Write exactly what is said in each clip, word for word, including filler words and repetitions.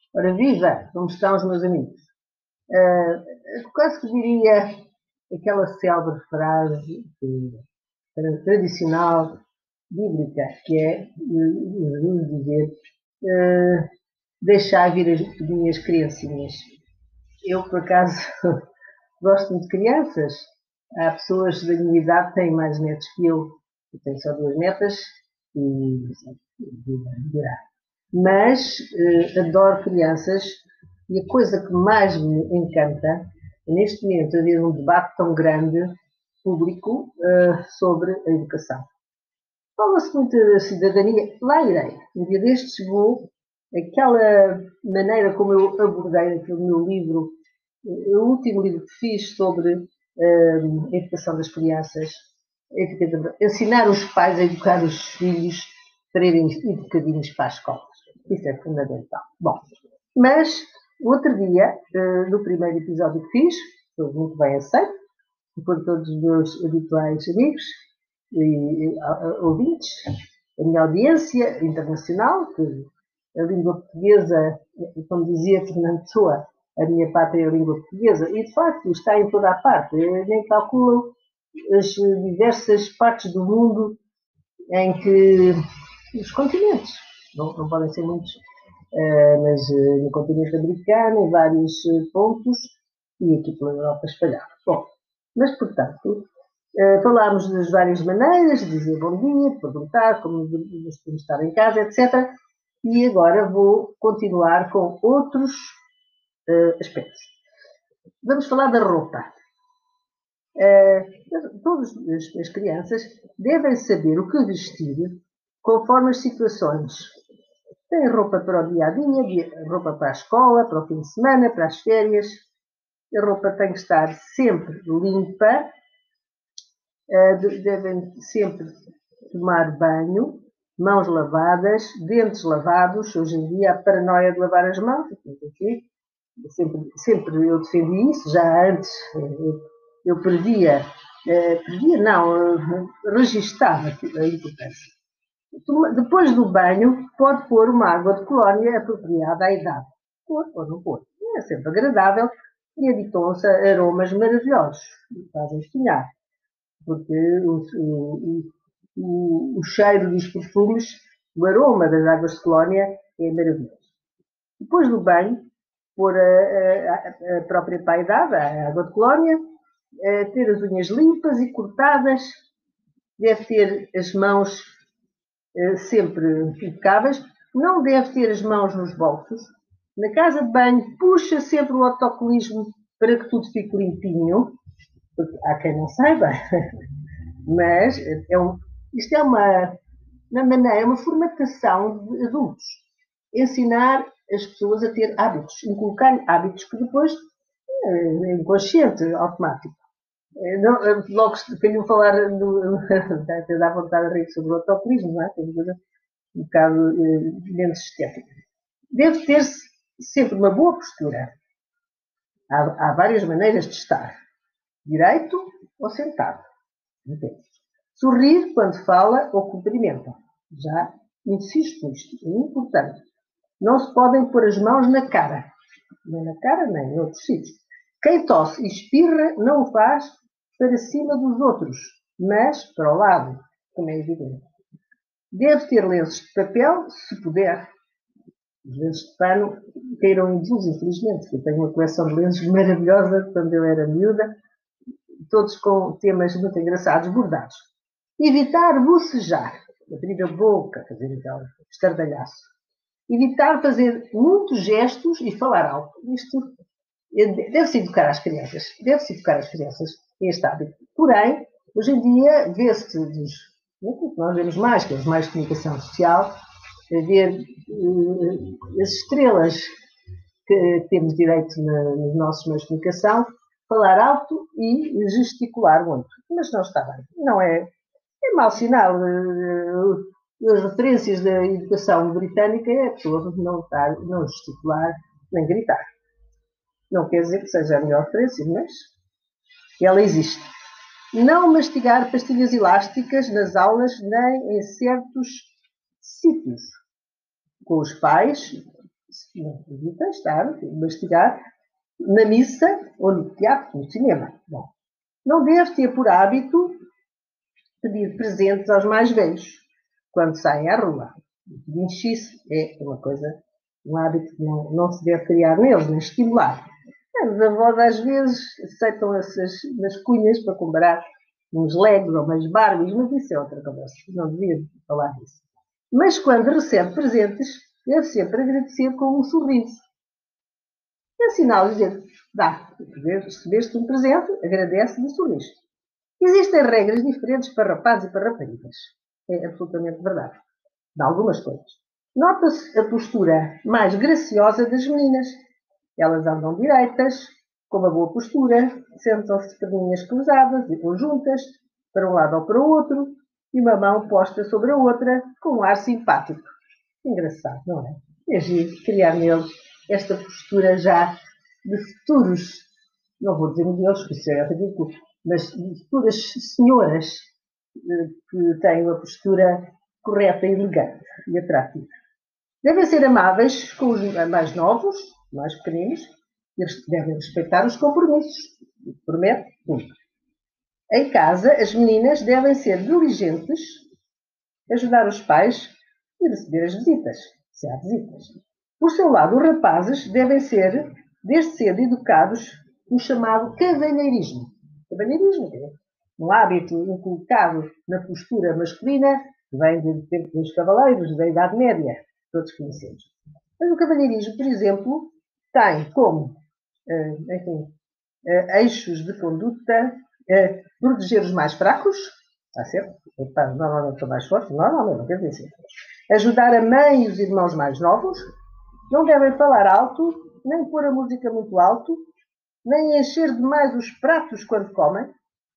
Ora viva, como estão os meus amigos? Uh, quase que diria aquela célebre frase que, tradicional, bíblica, que é Jesus dizer uh, deixai vir as minhas criancinhas. Eu, por acaso, gosto muito de crianças. Há pessoas da minha idade que têm mais netos que eu. Eu tenho só duas netas e dirá. Mas eh, adoro crianças e a coisa que mais me encanta é neste momento haver um debate tão grande público uh, sobre a educação. Fala-se muito da cidadania, lá irei. Um dia destes vou, aquela maneira como eu abordei aquele meu livro, o último livro que fiz sobre uh, a educação das crianças, ensinar os pais a educar os filhos para irem educadinhos para a escola. Isso é fundamental. Bom, mas o outro dia, no primeiro episódio que fiz, foi muito bem aceito por todos os meus habituais amigos e ouvintes, a minha audiência internacional, que a língua portuguesa, como dizia Fernando Pessoa, a minha pátria é a língua portuguesa, e de facto está em toda a parte. Eu nem calculo as diversas partes do mundo em que os continentes, não, não podem ser muitos, uh, mas uh, no continente americano, em vários uh, pontos, e aqui pela Europa espalhada. Bom, mas portanto, uh, falámos das várias maneiras, de dizer bom dia, de perguntar como devemos estar em casa, etcétera. E agora vou continuar com outros uh, aspectos. Vamos falar da roupa. Uh, todas as crianças devem saber o que vestir conforme as situações. Tem roupa para o dia a dia, roupa para a escola, para o fim de semana, para as férias. A roupa tem que estar sempre limpa, uh, devem sempre tomar banho, mãos lavadas, dentes lavados. Hoje em dia a paranoia de lavar as mãos. Sempre, sempre eu defendi isso, já antes eu, eu previa, eh, previa não, registava a importância. Depois do banho, pode pôr uma água de colónia apropriada à idade. Pôr ou não pôr. É sempre agradável e habitam-se aromas maravilhosos. Fazem sonhar. Porque o, o, o, o cheiro dos perfumes, o aroma das águas de colónia é maravilhoso. Depois do banho, pôr a, a, a própria paidade, a água de colónia, ter as unhas limpas e cortadas, deve ter as mãos sempre impecáveis, não deve ter as mãos nos bolsos. Na casa de banho, puxa sempre o autocolismo para que tudo fique limpinho, porque há quem não saiba, mas é um, isto é uma, uma maneira, uma formatação de adultos. Ensinar as pessoas a ter hábitos, inculcar hábitos que depois é inconsciente, automático. Não, logo tenho de falar, até dá vontade de rir sobre o autocolismo, não é? Tem uma coisa um bocado eh, menos estética. Deve ter sempre uma boa postura. Há, há várias maneiras de estar. Direito ou sentado. Entende? Sorrir quando fala ou cumprimenta. Já insisto nisto, é importante. Não se podem pôr as mãos na cara. Nem na cara, nem em outros sítios. Quem tosse e espirra não o faz para cima dos outros, mas para o lado, como é evidente. Deve ter lenços de papel, se puder. Os lenços de pano caíram em desuso, infelizmente. Eu tenho uma coleção de lenços maravilhosa quando eu era miúda, todos com temas muito engraçados, bordados. Evitar bocejar, abrir a boca, fazer aquele estardalhaço. Evitar fazer muitos gestos e falar alto. Isto deve-se educar às crianças. Deve-se educar às crianças este hábito. Porém, hoje em dia, vê-se dos nós vemos mais, que é mais de comunicação social, ver uh, as estrelas que temos direito na, nos nossos meios de comunicação, falar alto e gesticular muito. Mas não está bem. Não é, é mau sinal. Uh, as referências da educação britânica é a pessoa não, estar, não gesticular nem gritar. Não quer dizer que seja a melhor referência, mas ela existe. Não mastigar pastilhas elásticas nas aulas nem em certos sítios. Com os pais, Não evita estar, investigar na missa ou no teatro, no cinema. Bom, não deve ter por hábito pedir presentes aos mais velhos quando saem à rua. O benchice é uma coisa, um hábito que não, não se deve criar neles, nem estimular. Os avós às vezes aceitam essas nas cunhas para comprar uns Legos ou umas Barbies, mas isso é outra conversa, não devia falar disso. Mas quando recebe presentes, deve sempre agradecer com um sorriso. É sinal de dizer, dá, recebeste um presente, agradece e sorriso. Existem regras diferentes para rapazes e para raparigas. É absolutamente verdade. De algumas coisas. Nota-se a postura mais graciosa das meninas. Elas andam direitas, com uma boa postura, sentam-se de perninhas cruzadas e conjuntas, para um lado ou para o outro, e uma mão posta sobre a outra, com um ar simpático. Engraçado, não é? É giro criar neles esta postura já de futuros, não vou dizer modelos, porque isso é ridículo, mas de futuras senhoras que têm uma postura correta e elegante e atrativa. Devem ser amáveis com os mais novos, mais pequeninos, eles devem respeitar os compromissos. Promete tudo. Em casa, as meninas devem ser diligentes, ajudar os pais e receber as visitas, se há visitas. Por seu lado, os rapazes devem ser, desde cedo, educados no chamado cavalheirismo. Cavalheirismo é um hábito inculcado na postura masculina, que vem do tempo dos cavaleiros, da Idade Média, todos conhecemos. Mas o cavalheirismo, por exemplo, tem como enfim, eixos de conduta proteger os mais fracos, está certo? Normalmente são mais fortes, normalmente, não quer dizer assim. Ajudar a mãe e os irmãos mais novos, não devem falar alto, nem pôr a música muito alto, nem encher demais os pratos quando comem,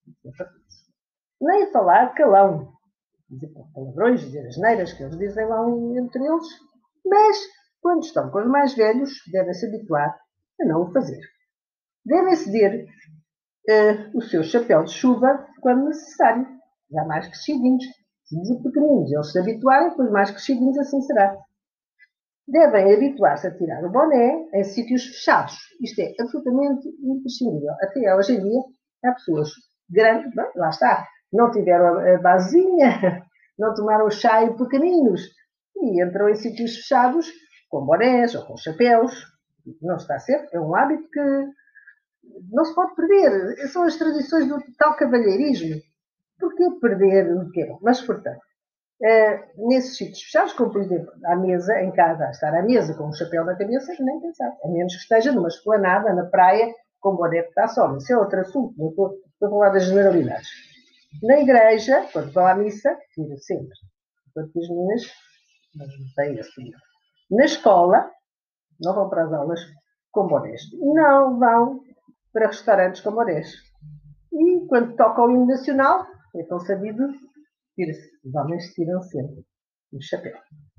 nem falar calão, dizer palavrões, dizer asneiras que eles dizem lá entre eles, mas quando estão com os mais velhos, devem se habituar a não o fazer. Devem ceder uh, o seu chapéu de chuva quando necessário, já mais crescidinhos. Se dizem pequeninos, eles se habituarem, depois mais crescidinhos assim será. Devem habituar-se a tirar o boné em sítios fechados. Isto é absolutamente imprescindível. Até hoje em dia, há pessoas grandes, bem, lá está, não tiveram a basezinha, não tomaram chá em pequeninos e entram em sítios fechados com bonés ou com chapéus. Não está certo, é um hábito que não se pode perder. São as tradições do tal cavalheirismo. Por que perder o que é? Mas, portanto, Uh, nesses sítios fechados, como por exemplo à mesa, em casa, a estar à mesa com um chapéu na cabeça, nem pensar. A menos que esteja numa esplanada, na praia, com boné de estar sol. Isso é outro assunto, não estou, estou a falar das generalidades. Na igreja, quando vão à missa, tira sempre. Enquanto as meninas não têm esse período. Na escola, não vão para as aulas com bonés. Não vão para restaurantes com bonés. E quando toca o hino nacional, é tão sabido, os homens tiram sempre o chapéu.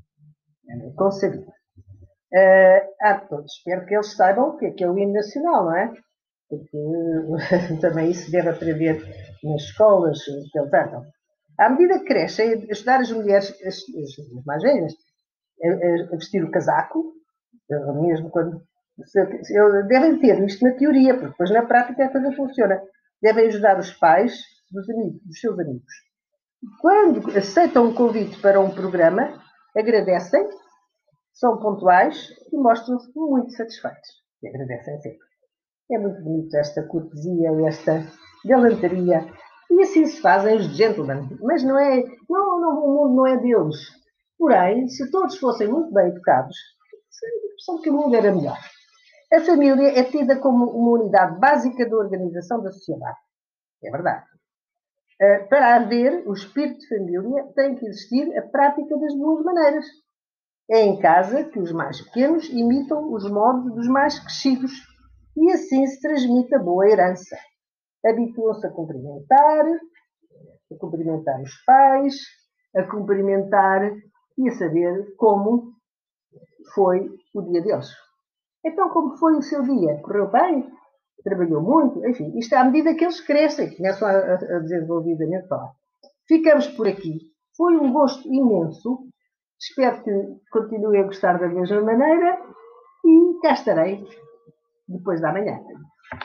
É concebido. Uh, ah, todos, espero que eles saibam o que é, que é o hino nacional, não é? Porque também isso deve aprender nas escolas que eles andam. À medida que crescem, ajudar as mulheres, as, as mais velhas, a, a vestir o casaco, mesmo quando. Devem ter isto na teoria, porque depois na prática a coisa funciona. Devem ajudar os pais dos amigos, dos seus amigos. Quando aceitam um convite para um programa, agradecem, são pontuais e mostram-se muito satisfeitos. E agradecem sempre. É muito bonito esta cortesia, esta galantaria. E assim se fazem os gentlemen. Mas não é, não, não, o mundo não é deles. Porém, se todos fossem muito bem educados, só que o mundo era melhor. A família é tida como uma unidade básica da organização da sociedade. É verdade. Para haver o espírito de família, tem que existir a prática das duas maneiras. É em casa que os mais pequenos imitam os modos dos mais crescidos e assim se transmite a boa herança. Habituam-se a cumprimentar, a cumprimentar os pais, a cumprimentar e a saber como foi o dia deles. Então, como foi o seu dia? Correu bem? Trabalhou muito? Enfim, isto à medida que eles crescem, começam a, a desenvolvidamente falar. Ficamos por aqui. Foi um gosto imenso. Espero que continuem a gostar da mesma maneira cá estarei depois da manhã.